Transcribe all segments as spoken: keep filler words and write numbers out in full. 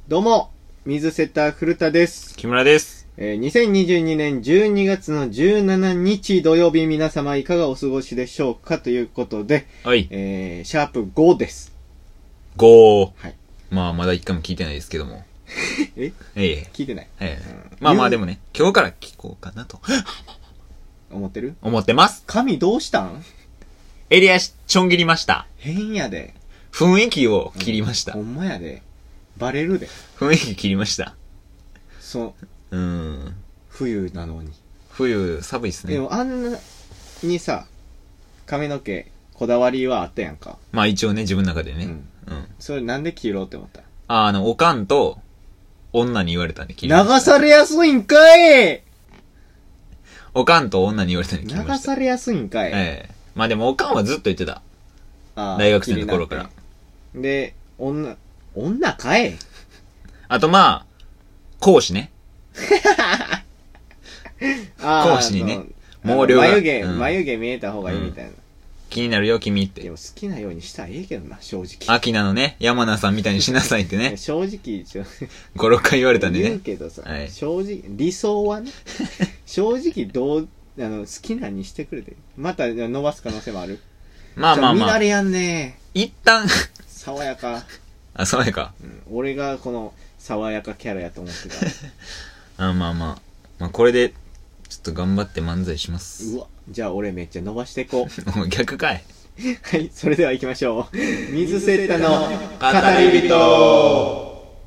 どうも、水セッター古田です。 木村です。 えー、にせんにじゅうにねんじゅうにがつのじゅうしちにち土曜日、皆様いかがお過ごしでしょうかということで、 はい。 えー、シャープごです。 ご。 はい。 まあ、まだ一回も聞いてないですけども。 えええ。 聞いてない。 ええ。うん、まあまあでもね、今日から聞こうかなと。 思ってる？ 思ってます。 髪どうしたん？ 襟足ちょん切りました。 変やで。 雰囲気を切りました。 うん、ほんまやで。バレるで。 雰囲気切りました。 そう。 うーん。 冬なのに。 冬、寒いっすね。 でもあんなにさ、髪の毛、こだわりはあったやんか。 まあ一応ね、自分の中でね。うん。 うん、それなんで切ろうって思った？ あ、あの、おかんと、女に言われたんで切りました。流されやすいんかい！ おかんと女に言われたんで切りました。 流されやすいんかい。 ええ。まあでもおかんはずっと言ってた。あ大学生の頃から。 で、女、女かい。 あとまあ、講師ね。講師にね。毛量が。 眉毛、うん、眉毛見えた方がいいみたいな。うん、 気になるよ、君って。 でも好きなようにしたらええけどな、正直。 秋名のね、山名さんみたいにしなさいってね。 正直、ちょご、ろっかい言われたんでね。 言うけどさ、はい、正直、理想はね、正直どう、あの、好きなにしてくれて。また伸ばす可能性もある。 まあまあまあ。 乱れやんねー。一旦爽やか。 あ、爽やか。 うん。俺がこの爽やかキャラやと思ってた。あまあまあ。まあこれで、ちょっと頑張って漫才します。 うわ、じゃあ俺めっちゃ伸ばしていこう。 もう逆かい。 はい、それでは行きましょう。水セッタの語り人。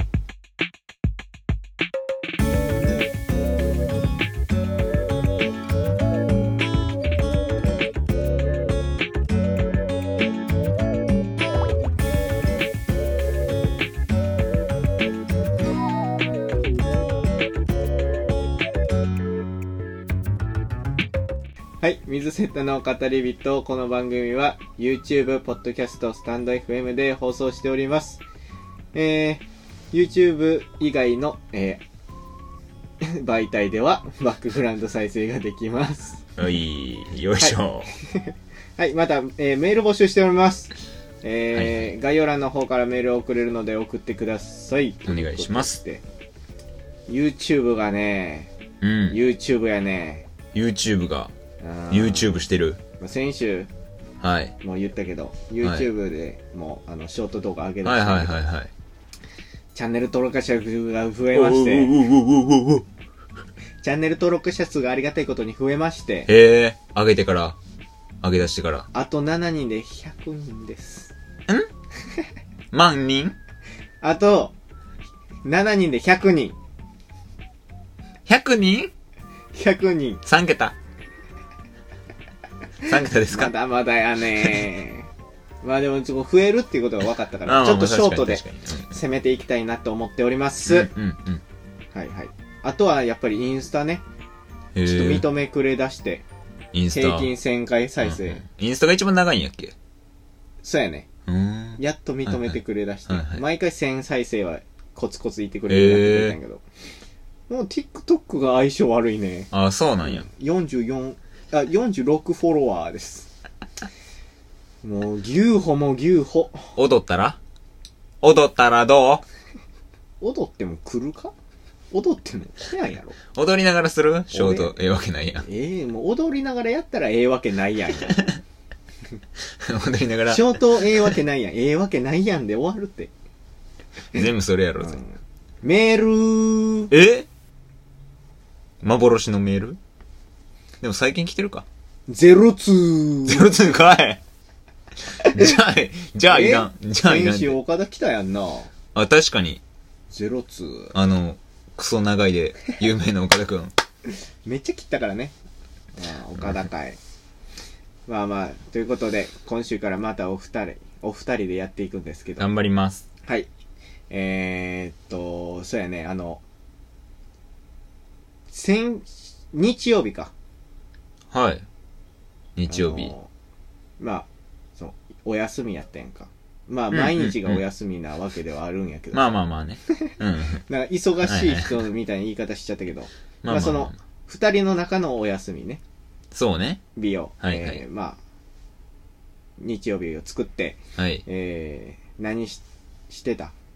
はい。水セッタの語り人。この番組は YouTube、Podcast、スタンド エフエム で放送しております。えー、YouTube 以外の、えー、媒体ではバックグラウンド再生ができます。 はい、よいしょ。 はい、はい、また、えー、メール募集しております。えーはい、概要欄の方からメールを送れるので送ってください。 お願いします。 YouTube がね、 うん、 YouTube やね。 YouTube が。YouTube してる。 先週はいもう言ったけど、YouTube でもうあのショート動画上げ出したけど、はいはいはいはい、 チャンネル登録者数が増えまして、チャンネル登録者数がありがたいことに増えまして、 へえ、上げてから上げ出してからあとしちにんでひゃくにんです。 ん万人あとしちにんでひゃくにん。 ひゃくにん ? ひゃく 人。 さんけた。さんけたですか？ まだまだやねー。まあでもちょっと増えるっていうことが分かったから、ちょっとショートで攻めていきたいなと思っております。 うんうんうん、 はいはい。あとはやっぱりインスタね。ちょっと認めくれ出して、 インスタ平均せんかい再生、うんうん。 インスタが一番長いんやっけ？ そうやね。 うーん、 やっと認めてくれ出して、はいはい、毎回せん再生はコツコツいってくれるようになってくれたんやけど。もう TikTok が相性悪いね。 ああ、そうなんや。 よんじゅうよん、あ、よんじゅうろくフォロワーです。もう、牛歩も牛歩。 踊ったら踊ったらどう踊っても来るか？踊っても来やんやろ。 踊りながらするショート、ええわけないやん。 ええー、もう踊りながらやったらええわけないやんや。 踊りながら。 ショートええわけないやん。ええわけないやんで終わるって。 全部それやろ、ぜ、うん。 メールえ幻のメールでも最近来てるか。 ゼロツー。 ゼロツーかい。じゃあ、じゃあいらん。じゃあいらん。 先週岡田来たやんな。 あ、確かに。 ゼロツー。 あの、クソ長いで有名な岡田くん。 めっちゃ切ったからね。ああ、岡田かい。まあまあ、ということで、今週からまたお二人、お二人でやっていくんですけど。 頑張ります。 はい。えー、っと、そうやね、あの、先、日曜日か。 はい。日曜日。 まあ、そう、お休みやったやんか。まあ、毎日がお休みなわけではあるんやけど。 まあまあまあね。うん。 なんか、忙しい人みたいな言い方しちゃったけど。まあ、まあ、その、二人の中のお休みね。 そうね。 日を。 はいはい。 えー、まあ、日曜日を作って。 はい。 えー、何し、してた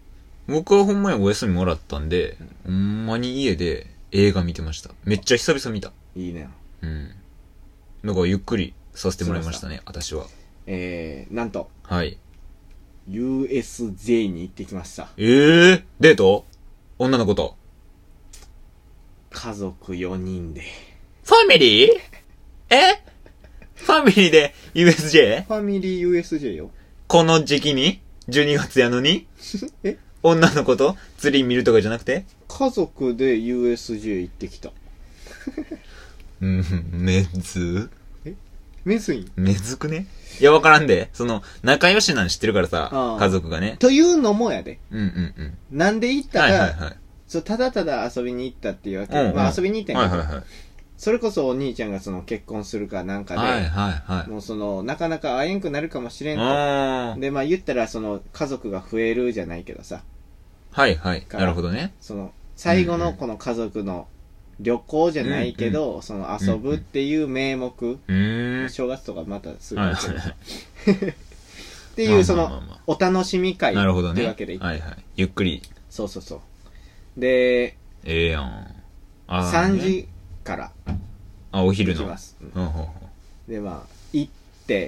僕はほんまにお休みもらったんで、ほんまに家で映画見てました。めっちゃ久々見た。 いいね。 うん。だからゆっくりさせてもらいましたね、私は。 えー、なんと、 はい。 ユーエスジェー に行ってきました。 えー、デート女の子と。 家族よにんで。 ファミリーえファミリーで ユーエスジェー? ファミリー ユーエスジェー よ。 この時期に ?じゅうに 月やのにえ女の子とツリー見るとかじゃなくて家族で ユーエスジェー 行ってきた。 うん、めずえめずいんめずくねいや、わからんで。その、仲良しなん知ってるからさ、家族がね。 というのもやで。 うんうんうん。 なんで行ったか、 はいはいはい。 そう、ただただ遊びに行ったっていうわけ。 うんうん、 まあ遊びに行ったんやけど、 はいはいはい。 それこそお兄ちゃんがその結婚するかなんかで、 はいはいはい。 もうその、なかなか会えんくなるかもしれんと。 で、まあ言ったらその、家族が増えるじゃないけどさ。 はいはい。なるほどね。 その、最後のこの家族の旅行じゃないけど、うんうん、その遊ぶっていう名目、うんうん、正月とかまたすぐやけど、っていうその、まあまあまあ、お楽しみ会っていうわけで、 ね、はいはい。ゆっくり。 そうそうそう。で、 ええやん。 あさんじから。 あ、お昼の。 行きます。 うん、ほうほうで、まあ、行って、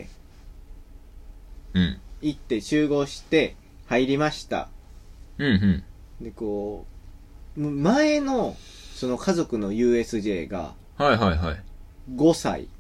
うん。 行って集合して入りました。 うんうん。 で、こう、前の、その家族の ユーエスジェー が、 はいはいはい。 ごさい。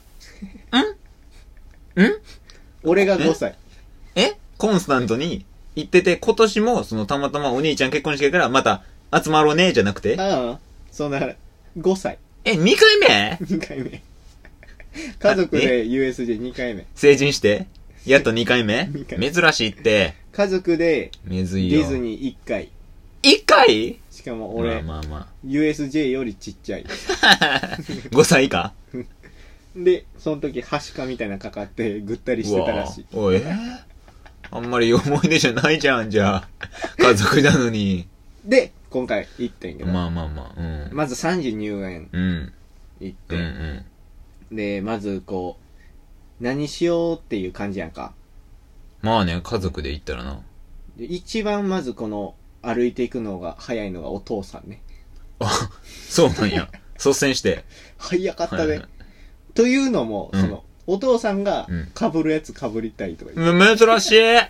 えんん俺がごさい。 えコンスタントに行ってて、今年も、そのたまたまお兄ちゃん結婚式やから、また集まろうね、じゃなくてああ、そんな、ごさい。 え、にかいめ ? に 回目。家族で ユーエスジェーに 回目。 成人してやっとにかいめ珍しいって。 家族で、 ディズニーいっかい。 いっかいしかも俺、 まあまあまあ、 ユーエスジェー よりちっちゃい。 ごさい以下で、その時、はしかみたいなかかって、ぐったりしてたらしい。 おい、あんまり思い出じゃないじゃん、じゃあ。家族なのに。 で、今回行ってんけど。 まあまあまあ、うん。 まずさんじ入園。 うん。 行って。 うんうん。 で、まずこう、何しようっていう感じやんか。 まあね、家族で行ったらな。 で一番まずこの、歩いていくのが早いのがお父さんね。 あ、そうなんや。率先して。 早かったね。はいはい、というのも、うん、その、お父さんが被るやつ被りたいとか言って。珍しい。え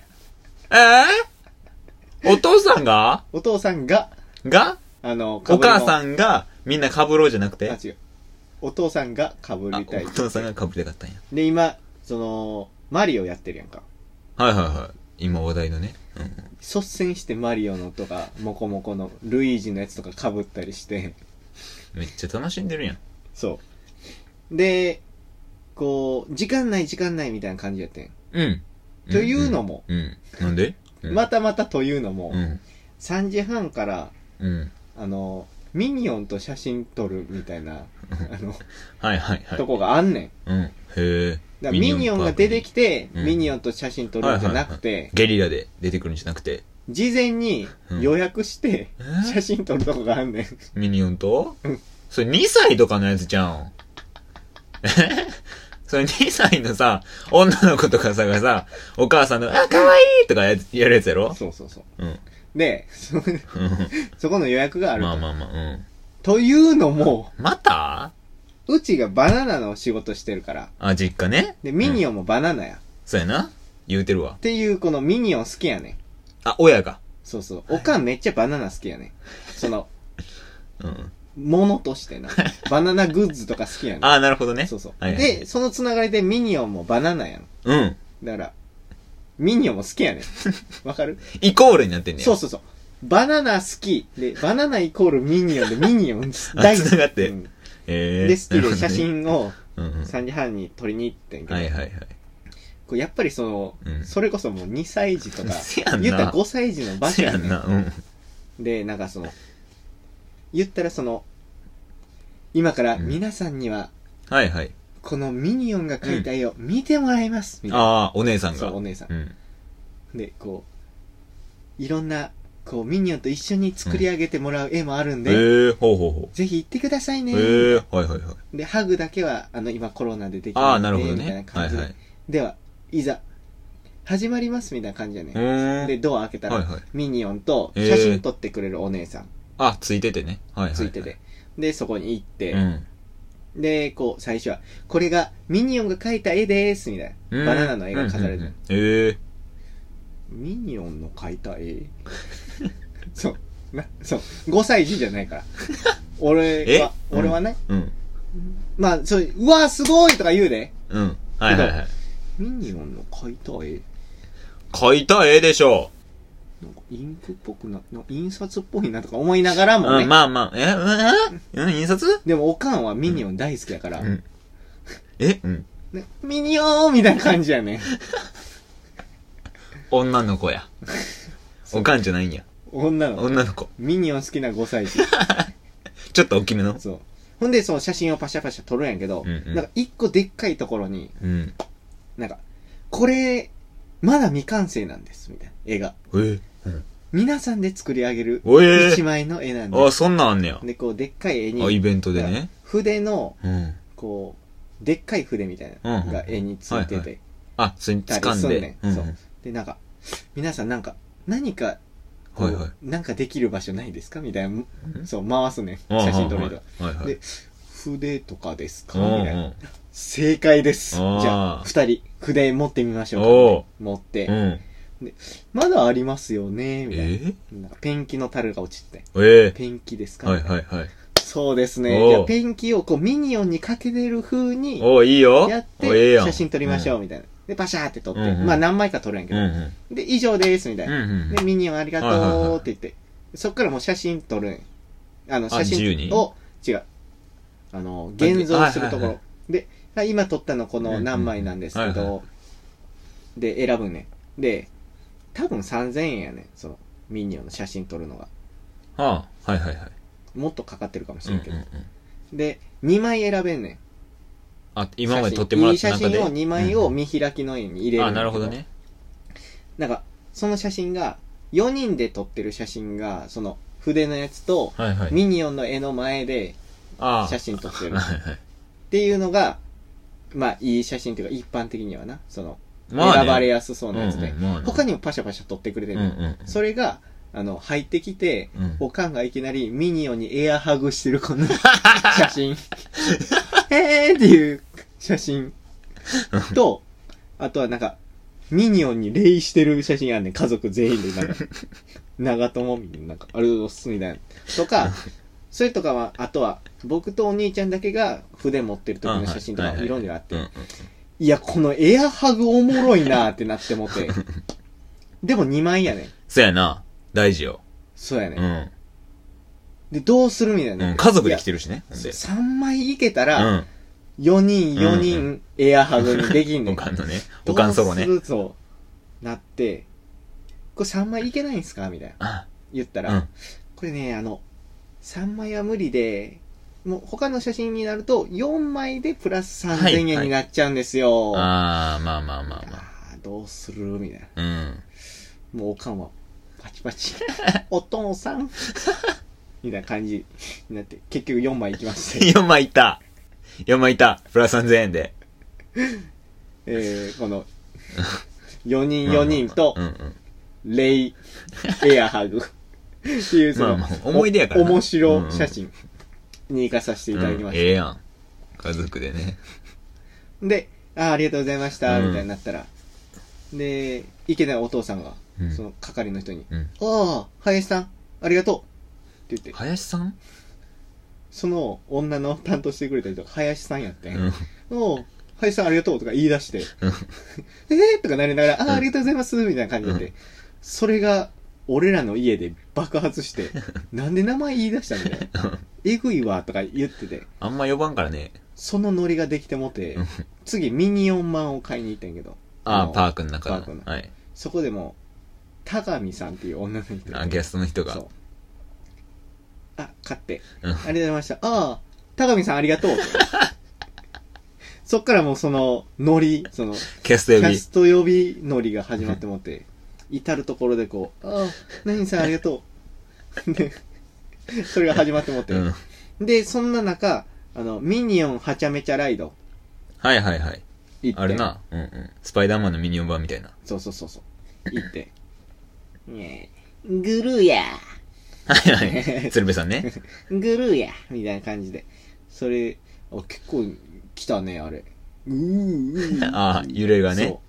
ー、お父さんがお父さんががあの、 お母さんがみんな被ろうじゃなくてあ、違う。お父さんが被りたい。 お父さんが被りたかったんや。 で、今、その、マリオやってるやんか。 はいはいはい。今話題のね。うん、 率先してマリオのとか、モコモコのルイージのやつとか被ったりして。 めっちゃ楽しんでるやん。 そう。で、こう、時間ない時間ないみたいな感じやってん。 うん。 というのも。 うん。うん、なんで、 うん、またまたというのも、 うん、 さんじはんから、 うん、 あの、ミニオンと写真撮るみたいな、あの、 はいはいはい。 とこがあんねん。うん。へえ。 だミニオンが出てきて、うん、ミニオンと写真撮るんじゃなくて、はいはいはい、 ゲリラで出てくるんじゃなくて、 事前に予約して、写真撮るとこがあんねん。 ミニオンとうん。それにさいとかのやつじゃん。えそれにさいのさ、女の子とかさがさ、お母さんの、あ、かわいいとかやるやつやろそうそうそう。 うん。 で、そ、そこの予約があると。 まあまあまあ、うん。 というのも、 またうちがバナナの仕事してるから。 あ、実家ね。 で、ミニオンもバナナや。うん、 そうやな。言うてるわ。 っていう、このミニオン好きやねん。 あ、親が。 そうそう。おかんめっちゃバナナ好きやねん。その、 うん。 ものとしてな。バナナグッズとか好きやねん。 ああ、なるほどね。 そうそう。 はいはい、 で、そのつながりでミニオンもバナナやん。 うん。 だから、ミニオンも好きやねん。わかるイコールになってんねん。 そうそうそう。バナナ好き。で、バナナイコールミニオンでミニオン大好き。 つながって。 うん、 えー、 で、好きで写真をうん、 さんじはんに撮りに行ってんけど。 はいはいはい。 こうやっぱりその、うん、それこそもうにさい児とか、 言ったらごさい児の場所やねん。 な、うん。 で、なんかその、言ったらその、今から皆さんには、 うん、はいはい。 このミニオンが描いた絵を見てもらいます、 みたいな。ああ、お姉さんが。 そう、お姉さん。 うん、 で、こう、いろんな、こう、ミニオンと一緒に作り上げてもらう絵もあるんで、 うん、えー、ほうほうほう。 ぜひ行ってくださいね。 えー、はいはいはい。 で、ハグだけは、あの、今コロナでできないああ、なるほどね。 みたいな感じで。 はいはい。 では、いざ、 始まりますみたいな感じやね。 うーん。 で、ドア開けたら、 はいはい。 ミニオンと写真撮ってくれるお姉さん、 あ、ついててね。はいはい、はい。 ついてて。で、そこに行って、 うん。 で、こう、最初は、これがミニオンが描いた絵でーす、みたいな。バナナの絵が飾られてる。 ええ。 ミニオンの描いた絵そう。な、そう。ごさい児じゃないから。俺は、 え俺はね。 うん。 まあ、そう、うわーすごいとか言うで。 うん。はいはいはい。 ミニオンの描いた絵描いた絵でしょ。 なんかインクっぽくな、なんか印刷っぽいなとか思いながらもね。 うん、まあまあ、え、うん、うん、印刷でもおかんはミニオン大好きだから。 うん。えうん。 ね、ミニオーンみたいな感じやね。 女の子や。おかんじゃないんや。 女の子。 女の子。 ミニオン好きなごさい児。 ちょっと大きめの。 そう。ほんで、その写真をパシャパシャ撮るんやけど、 うんうん、 なんか一個でっかいところに、 うん。 なんか、これ、まだ未完成なんです、みたいな絵が。 えー、うん。 皆さんで作り上げる一枚の絵なんです。 あ、そんなんあんねや。 で、こう、でっかい絵に。 あ、イベントでね。 筆の、 うん。 こう、でっかい筆みたいなのが絵についてて。うんうんはいはい、 あ、それに掴んで。 うんうん、そう。で、なんか、皆さんなんか、何か、はいはい、なんかできる場所ないですかみたいな、そう、回すね。写真撮ると。はいはい、で、筆とかですかみたいな。正解です。じゃあ、二人、筆持ってみましょうか、ね。持って、うん。で、まだありますよねみたいな。えー、なんかペンキの樽が落ちてて。えー、ペンキですかはいはいはい。そうですね。じゃあ、ペンキをこう、ミニオンにかけてる風に、 おいいよ。 やって、写真撮りましょう、みたいな。で、パシャーって撮って、うんうん、まあ何枚か撮るんやけど、うんうん、で、以上です、みたいな、うんうん。で、ミニオンありがとうって言って、はいはいはい、そっからもう写真撮るん。あの、写真を、違う。あの、現像するところ。はいはいはい、で、今撮ったのこの何枚なんですけど、うんうんはいはい、で、選ぶね。で、多分さんぜんえんやね。その、ミニオンの写真撮るのが。 はあ、はいはいはい。 もっとかかってるかもしれんけど。うんうんうん、で、にまい選べんねん。 あ、今まで撮ってもらった中でいい写真をにまいを見開きの絵に入れる、うん。 あ、なるほどね。 なんか、その写真が、よにんで撮ってる写真が、その、筆のやつと、はいはい、ミニオンの絵の前で、写真撮ってる。はいはい、っていうのが、まあ、いい写真っていうか、一般的にはな、その、まあね、選ばれやすそうなやつで、うんうんまあね、他にもパシャパシャ撮ってくれてる、うんうんうん。それが、あの、入ってきて、うん、おかんがいきなりミニオンにエアハグしてるこの写真。えーっていう写真と、あとはなんか、ミニオンに礼してる写真あんねん。家族全員でなんか、長友みたいな、なんか、あれをすみたいな。とか、それとかは、あとは、僕とお兄ちゃんだけが筆持ってる時の写真とかいろいろあって、いや、このエアハグおもろいなーってなってもて。でもにまいやねん。 そうやな。大事よ。 そうやねん。うん。で、どうするみたいな。 うん、家族で来てるしね。 さんまいいけたら、うん、よにんよにんエアハグにできんねん。 おかんのね。おかんソロね。 どうすると、なって、これさんまいいけないんすかみたいな。言ったら、うん、これね、あの、さんまいは無理で、もう他の写真になるとよんまいでプラスさんぜんえんになっちゃうんですよ。 はいはい、ああ、まあまあまあまあ。 あどうするみたいな。うん。もうおかんはパチパチ。お父さんみたいな感じになって、結局よんまいいきました。 よんまいいった。よんまいいった。プラスさんぜんえんで。 えー、この、よにんよにんと、レイ、エアハグ。っていうその、まあまあ、 思い出やから面白写真に行かさせていただきました。 うん、ええやん。家族でね。 で、あ、ありがとうございました、みたいになったら、で、いけないお父さんが、うん、その係の人に、うん、ああ、林さん、ありがとうって言って。 林さんその女の担当してくれた人が林さんやってん。うん、お林さんありがとうとか言い出して、えーとかなりながら、ああ、ありがとうございますみたいな感じで、うん、それが、俺らの家で爆発して、なんで名前言い出したんだよ。えぐいわとか言ってて。 あんま呼ばんからね。 そのノリができてもて、次ミニオンマンを買いに行ったんやけど。 ああ、パークの中パークの。はい。そこでも、田上さんっていう女の人が。 あ、ゲストの人が。そう。 あ、買って。ありがとうございました。ああ、田上さんありがとう。そっからもうそのノリ、その、 キャスト呼び。 キャスト呼びノリが始まってもて。至るところでこう、ああ、何さんありがとう。で、それが始まってもって、うん。で、そんな中、あの、ミニオンはちゃめちゃライド。 はいはいはい。 行って。 あるな。うんうん。スパイダーマンのミニオン版みたいな。 そうそうそうそう。行って。ねえ、グルーやはいはい。鶴瓶さんね。 グルーやみたいな感じで。それ、あ結構来たね、あれ。うーうー。 ああ、揺れがね。 そう。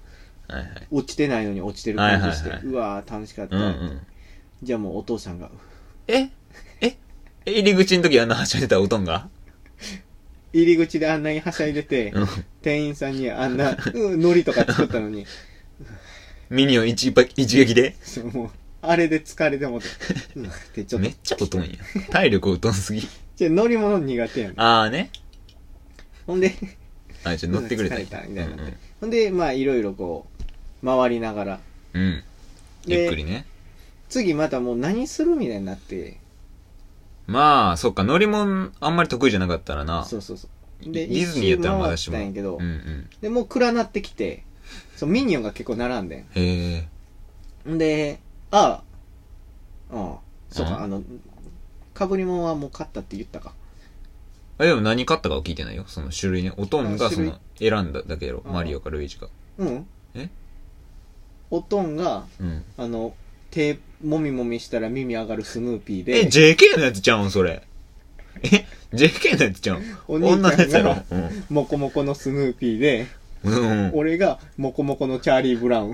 はいはい。 落ちてないのに落ちてる感じして。 はいはいはいうわー、楽しかった。 うんうん。 じゃあもうお父さんが。 ええ入り口の時あんなはしゃいでたおとんが入り口であんなにはしゃいでて、 うん。 店員さんにあんな、うん、海苔とか作ったのに、 ミニオン一一撃でそうもう、あれで疲れてもて、うんってちょっと。 めっちゃおとんや。体力おとんすぎ。 じゃあ乗り物苦手やん。 ああね。 ほんで、 あ、じゃあ乗ってくれた疲れたみたいになって。 うんうんほんで、まあいろいろこう、回りながら、 うん。 でゆっくりね。 次またもう何するみたいになって、 まあ、そっか、乗り物あんまり得意じゃなかったらな。 そうそうそう。 ディズニーやったらまだしも。 一周回ったんやけどうんうん。 で、もう暗なってきて、そう、ミニオンが結構並んでん。 へえ。 んで、ああ、ああ、そうか、 うんあの、被り物はもう買ったって言ったか。 あ、でも何買ったかは聞いてないよ。その種類ね。おとんがあ種類その、選んだだけやろ。 あマリオかルイージか。 うん。 えおとんが、 うん。 あの、手、もみもみしたら耳上がるスヌーピーで、 え、ジェーケー のやつちゃうんそれ。え ジェーケー のやつちゃうんお兄ちゃんが女のやつやろ。うん。 モコモコのスヌーピーで、 うん。 俺がモコモコのチャーリー・ブラウン。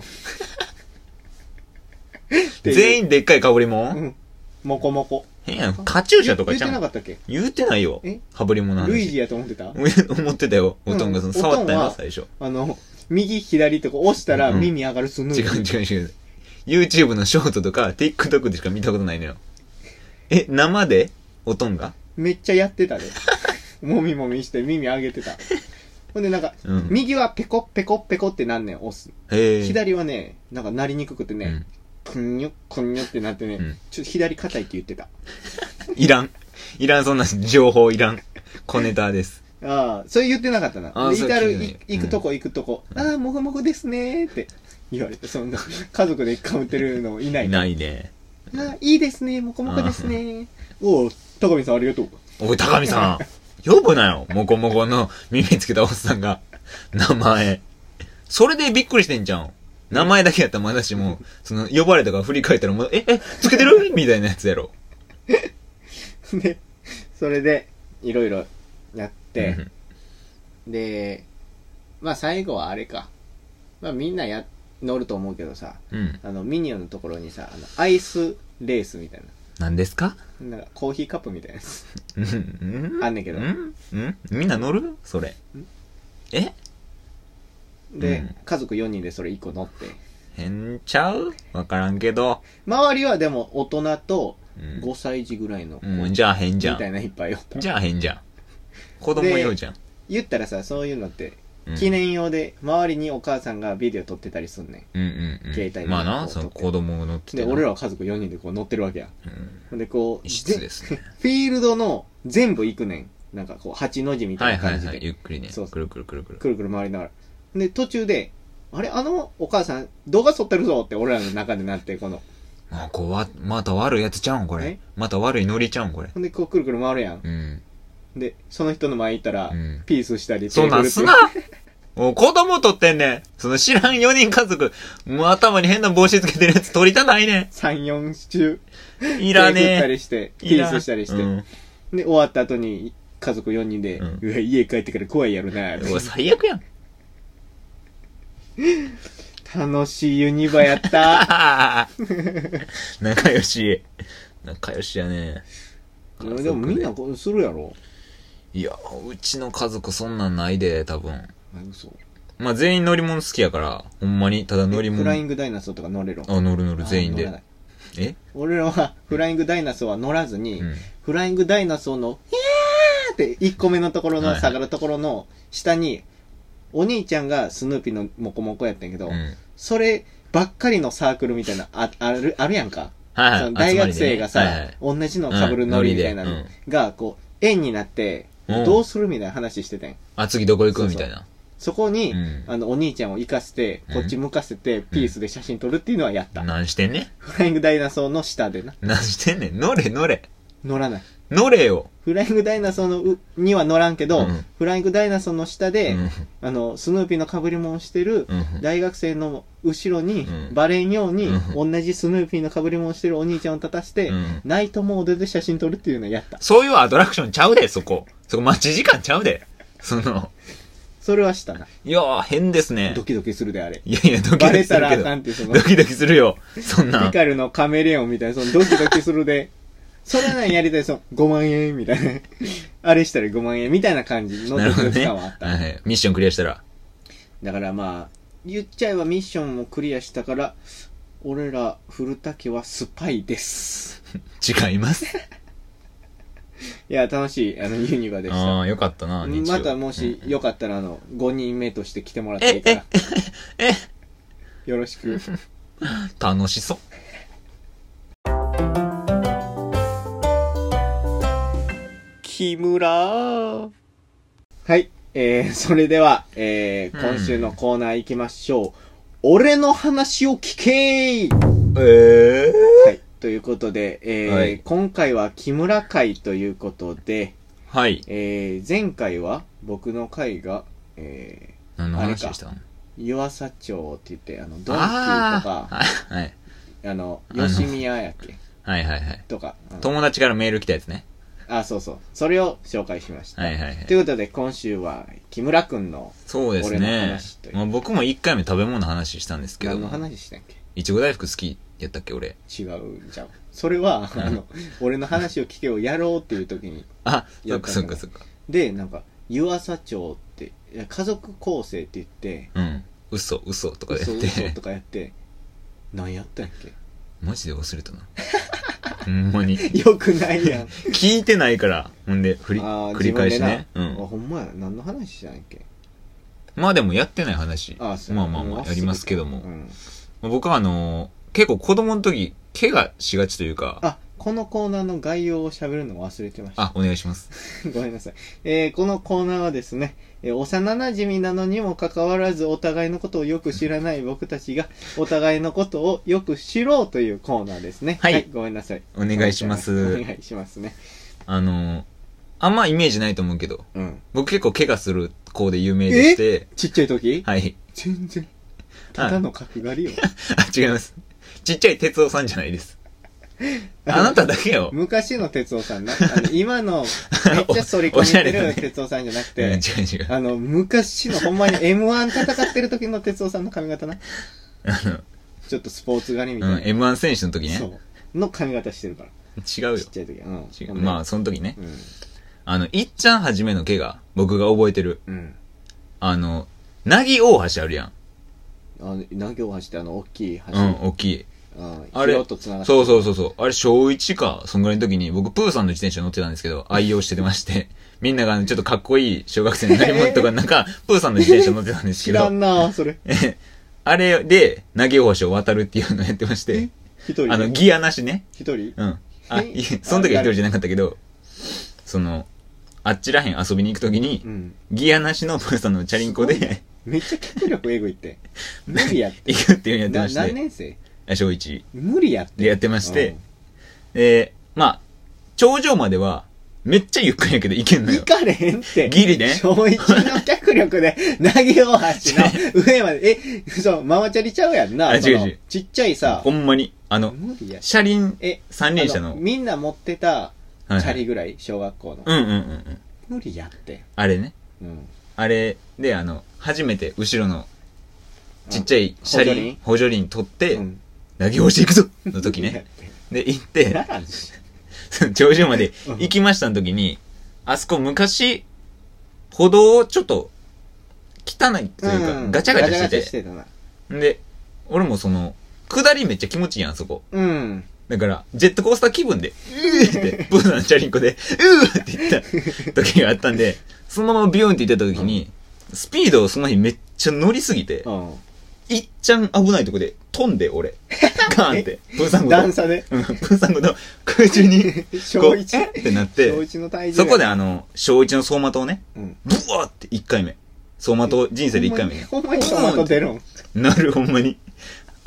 全員でっかい被りもうんん。モコモコ。 えやん、カチューシャとか言っちゃうんてなかったっけ？ 言ってないよ。 え被り物の話。 ルイージやと思ってた？ 思ってたよ。おとんがその、触ったよな、 おとんは最初。 あの、右左とか押したらうん耳上がるスヌーピ違ー。 う違う違う。YouTube のショートとか TikTok でしか見たことないのよ。え、生でおとんがめっちゃやってたで。もみもみして耳上げてた。ほんでなんか、 うん右はペコペコペコってなんねん、押す。 へえ。 左はね、なんかなりにくくてね、 うん。 くんにょくんにょってなってね、 うんちょっと左硬いって言ってた。 いらん。いらん、そんな情報いらん。小ネタです。 ああ、それ言ってなかったな。 ああで、至る、 それ聞いてないい行くとこ行くとこ、ああ、もふもふですねーって言われて、そんな、家族でかぶってるのいないいないね。 ああ、いいですね、もこもこですね。おう、高見さんありがとう。 おい、高見さん。呼ぶなよ。もこもこの耳つけたおっさんが。名前。それでびっくりしてんじゃん。名前だけやったらまだしも、その、呼ばれたから振り返ったらもう、え、え、つけてるみたいなやつやろ。 で、それで、いろいろやって、で、まあ最後はあれか。まあみんなや、乗ると思うけどさ、 うん。 あの、ミニオンのところにさ、あの、アイスレースみたい何ですかな、なんかコーヒーカップみたいなやつ、 うんあんねんけど。 うんうんみんな乗るそれ。えで、 うん家族よにんでそれいっこ乗って。 変ちゃうわからんけど。 周りはでも大人とうんごさい児ぐらいの子、 うん、じゃあ変じゃん。 みたいないっぱいおった。 じゃあ変じゃん。子供用じゃん。 言ったらさ、そういうのって、 うん記念用で、周りにお母さんがビデオ撮ってたりすんねうんうんうん。 携帯でまあな、 こうその子供が乗ってん。で、 てな。 俺らは家族よにんでこう乗ってるわけや。 うん。 ほんで、こう、 異質ですね。 フィールドの全部行くねん。なんかこう、八の字みたはいいはいな感じで。 はい。ゆっくりね。 そうそうくるくるくるくる。 くるくる回りながら。で、途中で、あれあのお母さん、動画撮ってるぞって俺らの中でなって、この。 あ、こうわ、また悪いやつちゃうんこえれ。また悪いノリちゃうんこれ。 ほんで、こう、くるくる回るやん。 うん。 で、その人の前行ったら、 うんピースしたり、 そんなん手振るすなもう子供撮ってんねん。その知らんよにん家族、もう頭に変な帽子つけてるやつ撮りたないねさん、よん週、 ん。いら手振ったねりして、 え。 ピースしたりして。 うん。 で、終わった後に、家族よにんで、 うんうわ、家帰ってから怖いやろな。 うわ、最悪やん。 楽しいユニバやった。 仲良し。仲良しやね。 でもみんなこうするやろ。 いや、うちの家族そんなんないで、多分。 あ、嘘。 まあ全員乗り物好きやから、ほんまに、ただ乗り物。 フライングダイナソーとか乗れるあ、乗る乗る、全員であ乗らな。いえ俺らはフライングダイナソーは乗らずに、 うん。 フライングダイナソーの、ヒャーっていっこめのところはいはいの下がるところの下に、お兄ちゃんがスヌーピーのモコモコやったんやけど、 うん。 そればっかりのサークルみたいな、あある、あるやんか。 はいはい。 その大学生がさ、 集まりでねはいはい同じの被るノリみたいなのうんノが、こう、円になって、 うんどうするみたいな話してたんや。 あ、次どこ行くそうそうみたいな。 そこに、 うんあの、お兄ちゃんを行かせて、こっち向かせて、ピースで写真撮るっていうのはやった。 何してんねんフライングダイナソーの下でな。 何してんねん乗れ乗れ。 乗らない。 乗れよ。 フライングダイナソーのうには乗らんけど、 うんフライングダイナソーの下で、 うんあの、スヌーピーの被り物をしてるうん大学生の後ろに、 うんバレんように、 う同じスヌーピーの被り物をしてるお兄ちゃんを立たせて、 うんナイトモードで写真撮るっていうのをやった。 そういうアトラクションちゃうで、そこ。そこ待ち時間ちゃうで。その、 それはしたな。 いやー、変ですね。 ドキドキするであれ。 いやいや、ドキドバレたらあキするけど。 かんってその、 ドキドキするよ。そんなピ。カルのカメレオンみたいな、そのドキドキするで、それなんやりたい、その、ごまんえんみたいな。あれしたらごまんえんみたいな感じのドキドキなるほどね。 感はあった。 はい。ミッションクリアしたら。 だからまあ、言っちゃえばミッションもクリアしたから、俺ら古竹はスパイです。 違います。 いや、楽しい、あの、ユニバでした。 ああ、よかったな、日曜またもしうんよかったら、あの、ごにんめとして来てもらっていいから。 え、 よろしく。 楽しそう。 木村はい、えー、それでは、えー、今週のコーナー行きましょう。俺の話を聞けーええはい、ということで、えーはい今回は木村会ということで、 はい。 えー、前回は僕の会が、え何の話でしたのー、湯浅町って言って、あの、ドンキーとか、 あーはい。 あの、 あの吉宮やっけはいはいはい。 とか、うん友達からメール来たやつね。 あ、そうそう。それを紹介しました。 はいはいはいということで、今週は、木村くんの、 そうです俺のね話とい。うまあ、僕も一回目食べ物の話したんですけど何のも、 話したっけいちご大福好きやったっけ俺。 違うじゃん。それは、あの、俺の話を聞けをやろうっていう時に、 あ、そっかやったんだそっかそっか。 で、なんか、湯浅町って、いや家族構成って言って、 うん。嘘、嘘とかやっ嘘嘘てと。かやって、何やったんやっけマジで忘れたな。ほんまに。 よくないやん。 聞いてないから。ほんで、振り、 あー繰り返しね。う自分でなあ、 ん。 ほんまや。何の話したんやっけまあでもやってない話。 あそうまあまあまあ、やりますけども。 うんまあ僕はあのー結構子供の時、怪我しがちというか、 あ、このコーナーの概要を喋るの忘れてました。 あ、お願いします。 ごめんなさい。えーこのコーナーはですね、えー幼馴染なのにもかかわらずお互いのことをよく知らない僕たちがお互いのことをよく知ろうというコーナーですね。 はいごめんなさい。 お願いしますお願いしますね。 あのーあんまイメージないと思うけど、 うん。 僕結構怪我する子で有名でして、 ちっちゃい時はい。 全然。ただの角刈りよ。 あ、違います。ちっちゃい哲夫さんじゃないです。あなただけよ。 昔の哲夫さんな。あの今のめっちゃ反り込みてる哲夫さんじゃなくうん違うて、 違う。 あの、昔のほんまに エムワン 戦ってる時の哲夫さんの髪型な。 あの、 ちょっとスポーツ狩りみたうん、 いな。 エムワン 選手の時ね。 そう。の髪型してるから。 違うよちっ。ちゃい時。うん。 違う。 ほんでまあ、その時ね。 うん。 あの、いっちゃんはじめの怪我、僕が覚えてる。 うん。 あの、なぎ大橋あるやん。 あの、南京橋ってあの、大きい橋。 うん、大きい。 うん。 あれ広と繋がってそうそうう。 そうそう。あれ、小いちか、そんぐらいの時に、僕、プーさんの自転車乗ってたんですけど、愛用してまして、みんながあのちょっとかっこいい小学生の乗り物とかなんか、プーさんの自転車乗ってたんですけど知らん、なそれ。 あれで、投げ大橋を渡るっていうのをやってまして、 一人あの、ギアなしね。 一人うん。あ、 えいえその時は一人じゃなかったけど、その、あっちらへん遊びに行く時にう、ん。 ギアなしのプーさんのチャリンコで、 めっちゃ脚力エグいって。無理やって。 行くっていうのやってなまして、 何年生あ小いち無理やって。 でやってまして、で、まあ、頂上までは、めっちゃゆっくりやけど行けんのよ行。かれへんって。 ギリね。 小一の脚力で、投げ大橋の上まで、え、そう、ママチャリちゃうやんな。そのあ違う違うちっちゃいさほ、んまに、あの、 無理や。 車輪、 え、 三輪車のあみんな持ってた、 はいはいチャリぐらい、小学校の。 うんうんうんうん。 無理やって。 あれね。 うん。 あれで、あの、初めて後ろのちっちゃい車輪、補助輪取って、 うん。 投げ押していくぞの時無理やねっ。て。 で、行って、 ならんし。 頂上まで行きましたの時に、あそこ昔、歩道をちょっと、汚いというか、 うんガチャガチャしてガチャガチャて。 してたな。 で、俺もその、下りめっちゃ気持ちいいやん、そこ。 うん。 だから、ジェットコースター気分で、うーって、プーさんのチャリンコで、うーって言った時があったんで、そのままビューンって言ってた時に、スピードをその日めっちゃ乗りすぎてう、ん。 いっちゃん危ないとこで飛んで、俺。ガーンって。プーさんごと。 段差で。 うん、プーさんごと空中に、こう、 小一えってなって小、一の体重。 そこであの、小一の走馬灯ね、 うん。 ブワーっていっかいめ。走馬灯人生でいっかいめね。 ほんまにほんまにトマト出るん。 なる、ほんまに。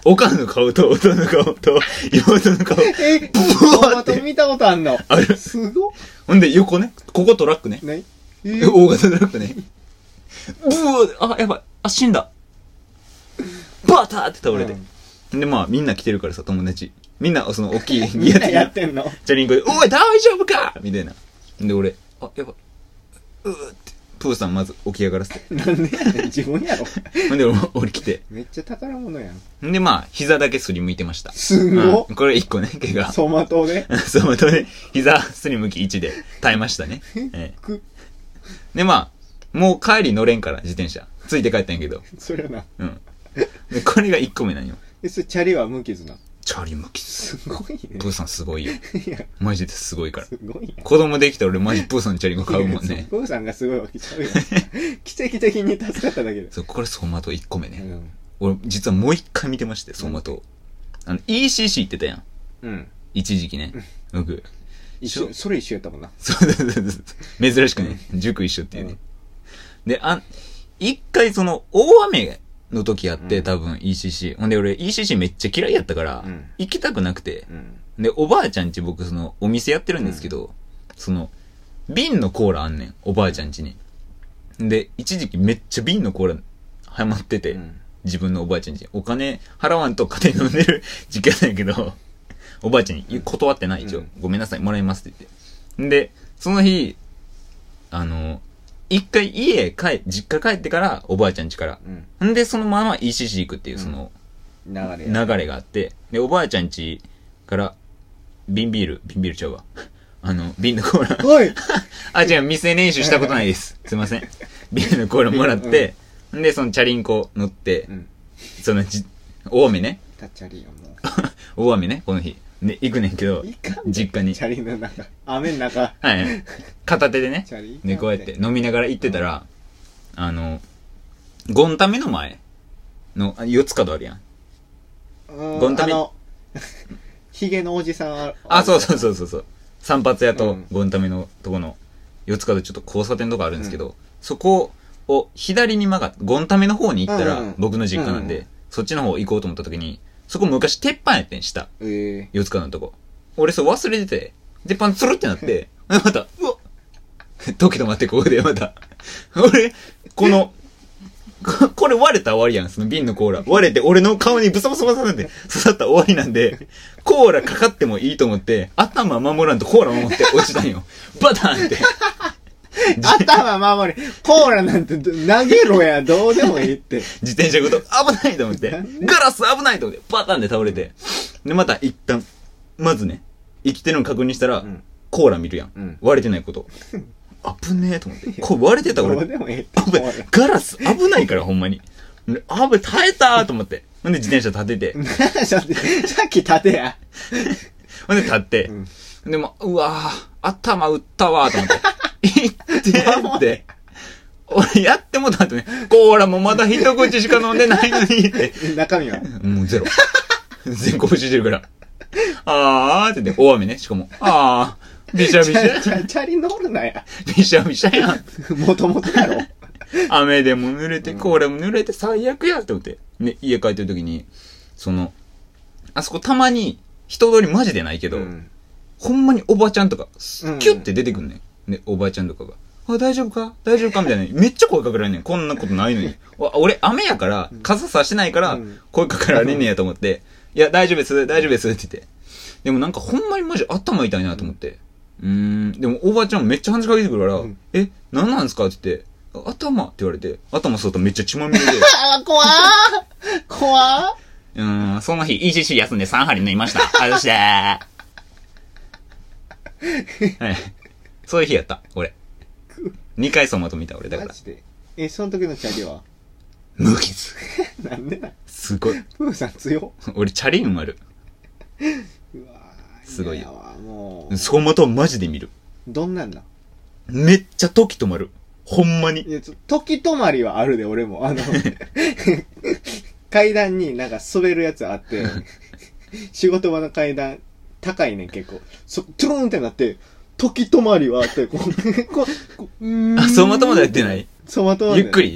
おかんの顔と、弟の顔と、妹の顔。 え、 ブワーって。 見たことあんの？ ある。 すごっ。 ほんで、横ね。ここトラックね。 ね。 えー、大型トラックね。ブワーあ、やばい。あ、死んだ。バターって倒れて。うん、で、まあ、みんな来てるからさ、友達。みんな、その、大きいギアやってんのチャリンコで、おい、大丈夫かみたいな。で、俺、あ、やばい。うーって、プーさんまず起き上がらせて。 なんでやねん、自分やろ。 ほんで、俺、俺来て。 めっちゃ宝物やん。 んで、まあ、膝だけすりむいてました。 すごっ、 うん。これ一個ね、怪我。 走馬灯で走馬灯で、膝すりむきいちで耐えましたね。ええ、で、まあ、もう帰り乗れんから、自転車。ついて帰ったんやけど。 そりゃな。 うん。で、これがいっこめなんよ。 え、それチャリは無傷な。 チャリ無傷。 すごいね。 プーさんすごいよ。 いや、 マジですごいから。 すごいや。 子供できたら俺マジプーさんのチャリンコ買うもんね。 プーさんがすごいわけちゃうよ。奇跡的に助かっただけで。 そう、これ走馬灯いっこめね。 うん、 俺、実はもう一回見てまして、走馬灯。あの、イーシーシー 行ってたやん。 うん。 一時期ね。僕。 一緒、それ一緒やったもんな。 そうそうそうそう。珍しくね、塾一緒っていうね。うん、で、あ、一回その、大雨の時やって、うん、多分 イーシーシー。ほんで俺 イーシーシー めっちゃ嫌いやったから、うん、行きたくなくて、うん。で、おばあちゃんち僕その、お店やってるんですけど、うん、その、瓶のコーラあんねん、おばあちゃんちに。で、一時期めっちゃ瓶のコーラハマってて、うん、自分のおばあちゃんち。お金払わんと家庭飲んでる時期やったんやけど、おばあちゃんに断ってない、一応、うん。ごめんなさい、もらいますって言って。で、その日、あの、一回家帰、実家帰ってから、おばあちゃん家から。うん、んで、そのまま イーシーシー 行くっていう、その、 うん、流れ。 流れがあって、で、おばあちゃん家から、瓶ビール、瓶ビールちゃうわ。あの、瓶のコーラ。 おいあ、違う、未成年酒したことないです。すいません。瓶のコーラもらって、うん、で、そのチャリンコ乗って、うん、そのじ、大雨ね。 タッチャリよ、もう。大雨ね、この日。で、行くねんけど、実家に。 チャリの中、雨の中。 はい。片手でね。で、こうやって飲みながら行ってたら、うん、あの、ゴンタメの前の、四つ角あるやん。 ゴンタメ。あの、ヒゲのおじさんは。 あ、そうそうそうそうそう。散髪屋とゴンタメのとこの四つ角ちょっと交差点とかあるんですけど、うん、そこを左に曲がって、ゴンタメの方に行ったら僕の実家なんで、うんうん、そっちの方行こうと思った時に、そこ昔鉄板やってん、下。えー、四つ角のとこ。俺それ忘れてて、鉄板つるってなって、また、うわっ時止まってここでまた。俺、この、これ割れたら終わりやん、その瓶のコーラ。割れて俺の顔にブサブサブサって刺さったら終わりなんで、コーラかかってもいいと思って、頭守らんとコーラ守って落ちたんよ。バタンって。 頭守り、コーラなんて投げろや、どうでもいいって。 自転車ごと危ないと思って、ガラス危ないと思って、バタンで倒れて。で、また一旦、まずね、生きてるの確認したら、うん、コーラ見るやん。うん、割れてないこと。危ねえと思って。これ割れてた俺。 どうでもいいって。 ガラス危ないからほんまに。あぶ、耐えたーと思って。ほんで自転車立てて。 さっき立てや。 ほんで立って。うん、でも、うわー、頭打ったわーと思って。いってーって。俺やってもた後ね、コーラもまだ一口しか飲んでないのにって。 中身はもうゼロ。全国してるから。あーって言って、大雨ね、しかも。あー。びしゃびしゃ。 チャリ乗るなや。 びしゃびしゃやん。 もともとやろ。 雨でも濡れて、コーラも濡れて最悪やって思って。ね、家帰ってる時に、その、あそこたまに人通りマジでないけど、うん、ほんまにおばちゃんとか、キュッて出てくんねん。ね、おばちゃんとかが。あ、大丈夫か大丈夫かみたいな。めっちゃ声かけられんねん。こんなことないのに。俺、雨やから、傘さしてないから、声かけられんねんやと思って、いや、大丈夫です、大丈夫ですって言って。でもなんかほんまにマジ頭痛いなと思って。うーん。でも、おばちゃんめっちゃ話しかけてくるから、うん、え、何なんですかって言って、頭って言われて、頭そうとめっちゃ血まみれで。 怖ー怖ーうーん、その日 イーシーシー 休んでさん針縫いました。あざしてー。はい。そういう日やった、俺。にかい走馬灯見た、俺だから。マジでえ、その時のチャリは無傷。 なんでなすごい。 プーさん強俺、チャリンある。 うわすごいよ。 もう走馬灯マジで見る。 どんなんだめっちゃ時止まる。ほんまに。 いや時止まりはあるで、俺も。あの、階段になんか滑るやつあって、仕事場の階段、高いねん結構。そ、トゥルーンってなって、時止まりはあって、こう、こう、 うーん。あ、走馬灯までやってない走馬灯ゆっくり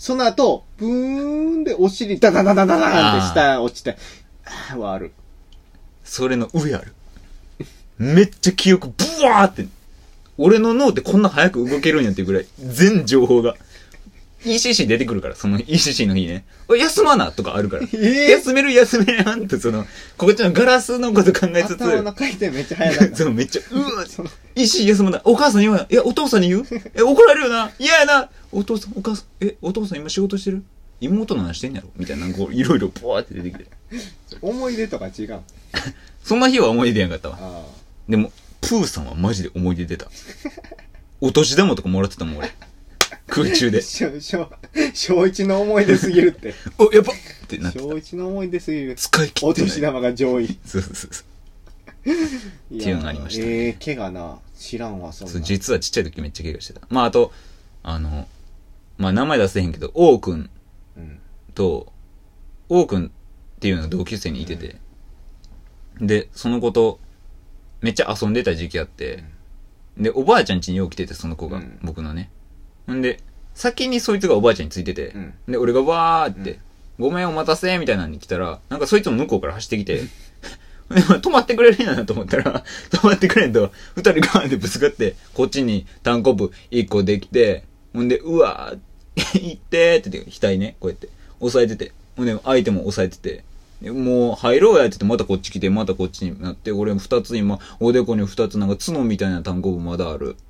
その後、ブーンでお尻ダダダダダダンって下落ちて、あーはある。 それの上ある。めっちゃ記憶ブワーって、俺の脳ってこんな早く動けるんやっていうぐらい、全情報が。イーシーシー 出てくるから、その イーシーシー の日ね。休まなとかあるから。 えー、 休める休めやんって、その、こっちのガラスのこと考えつつ。 頭の回転めっちゃ早かった。 そのめっちゃ、うわ、イーシー休まない。お母さん言わない。いや、お父さんに言うえ、怒られるよな。嫌やな。お父さん、お母さん、え、お父さん今仕事してる妹の話してんやろみたいな、こう、いろいろポワーって出てきて。 思い出とか違う。 そんな日は思い出出やんかったわ。 あでも、プーさんはマジで思い出出た。お年玉とかもらってたもん、俺。空中で。 小、小、小一の思い出すぎるって。 お、やばっってなってた。 小一の思い出すぎる。 使い切おってない。 年玉が上位。 そうそうそうそう。っていうのがありましたね。 ええー、怪我な。知らんわ、そんな。 そう、実はちっちゃい時めっちゃ怪我してた。まあ、あと、あの、まあ、名前出せへんけど、王くんと、王くんっていうのが同級生にいてて、うん、で、その子と、めっちゃ遊んでた時期あって、うん、で、おばあちゃん家によう来てて、その子が、うん、僕のね。んで、先にそいつがおばあちゃんについてて、うん、で、俺がわーって、うん、ごめんお待たせみたいなのに来たら、なんかそいつも向こうから走ってきて、止まってくれるんやなと思ったら、止まってくれんと、二人ガーンってぶつかって、こっちにタンコブ一個できて、ほんで、うわー、行ってーって言って、額ね、こうやって、押さえてて、ほんで、相手も押さえてて、もう入ろうやって言って、またこっち来て、またこっちになって、俺も二つ今、おでこに二つなんか角みたいなタンコブまだある。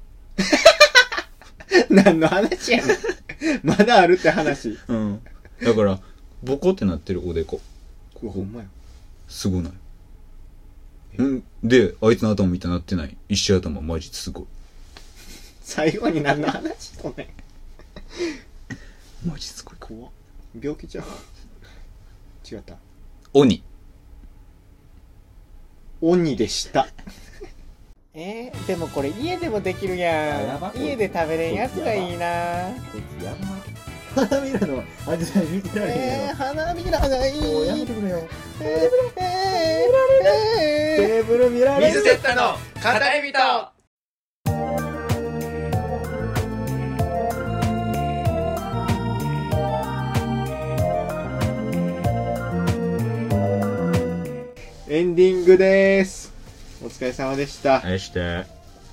何の話やねん。まだあるって話。 うん。だから、ボコってなってるおでこ。 うわ、ほんまや。 すごない。んで、あいつの頭みたいになってない。石頭マジすごい。 最後に何の話とね。 マジすごい。 怖っ。病気ちゃう。違った。 鬼。 鬼でした。えー、でもこれ家でもできるやん。家で食べれんやつがいいな。こいつやば。花びらの味さえ見てられへんやろ。えー、花びらがいい。もうやめてくれよ。えー、えー、テーブル見られる。 水セットの語り人。 エンディングでーす。お疲れ様でした。 あれして。いや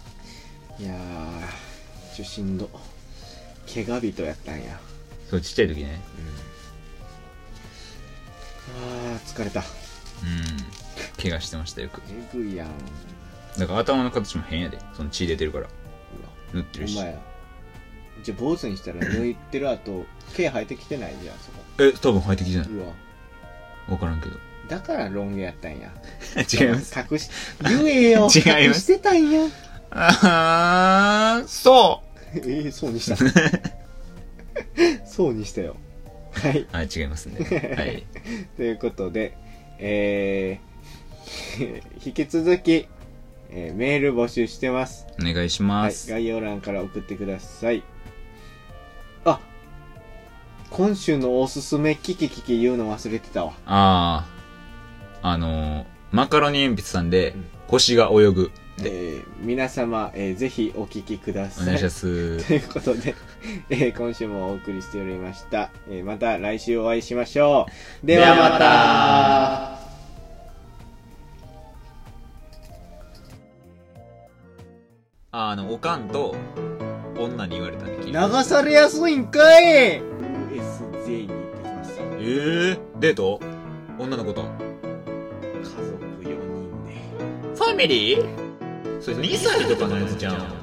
ー、ちょしんど。怪我人やったんや。 そう、ちっちゃい時ね。 うん、あー、疲れた。うん。 怪我してましたよく。 えぐいやん。 だから頭の形も変やで。その血出てるから。塗ってるし。 お前や。じゃあ坊主にしたら抜いてる後、毛生えてきてないじゃん、そこ。 え、多分生えてきてない。 うわ。 わからんけど。 だからロン毛やったんや。 違います。 隠し、言えよ。 違います。 隠してたんや。 あー、そう。 えー、そうにした。そうにしたよ。はい。 はい、違いますね。はい。 ということで、えー、引き続き、えー、メール募集してます。 お願いします。 はい、概要欄から送ってください。あ、今週のおすすめキキキキ言うの忘れてたわ。 あー。あのー、マカロニ鉛筆さんで、腰が泳ぐ。 えー、皆様、えー、ぜひお聞きください。 お願いします。 ということで、えー、今週もお送りしておりました。えー、また来週お会いしましょう。ではまた。 あの、おかんと女に言われたんで聞いて。流されやすいんかい。 ユーエスジェー に行ってきました。 えー、デート？女の子と？ 家族よにんで。 ファミリー？それにさいとかのやつじゃん。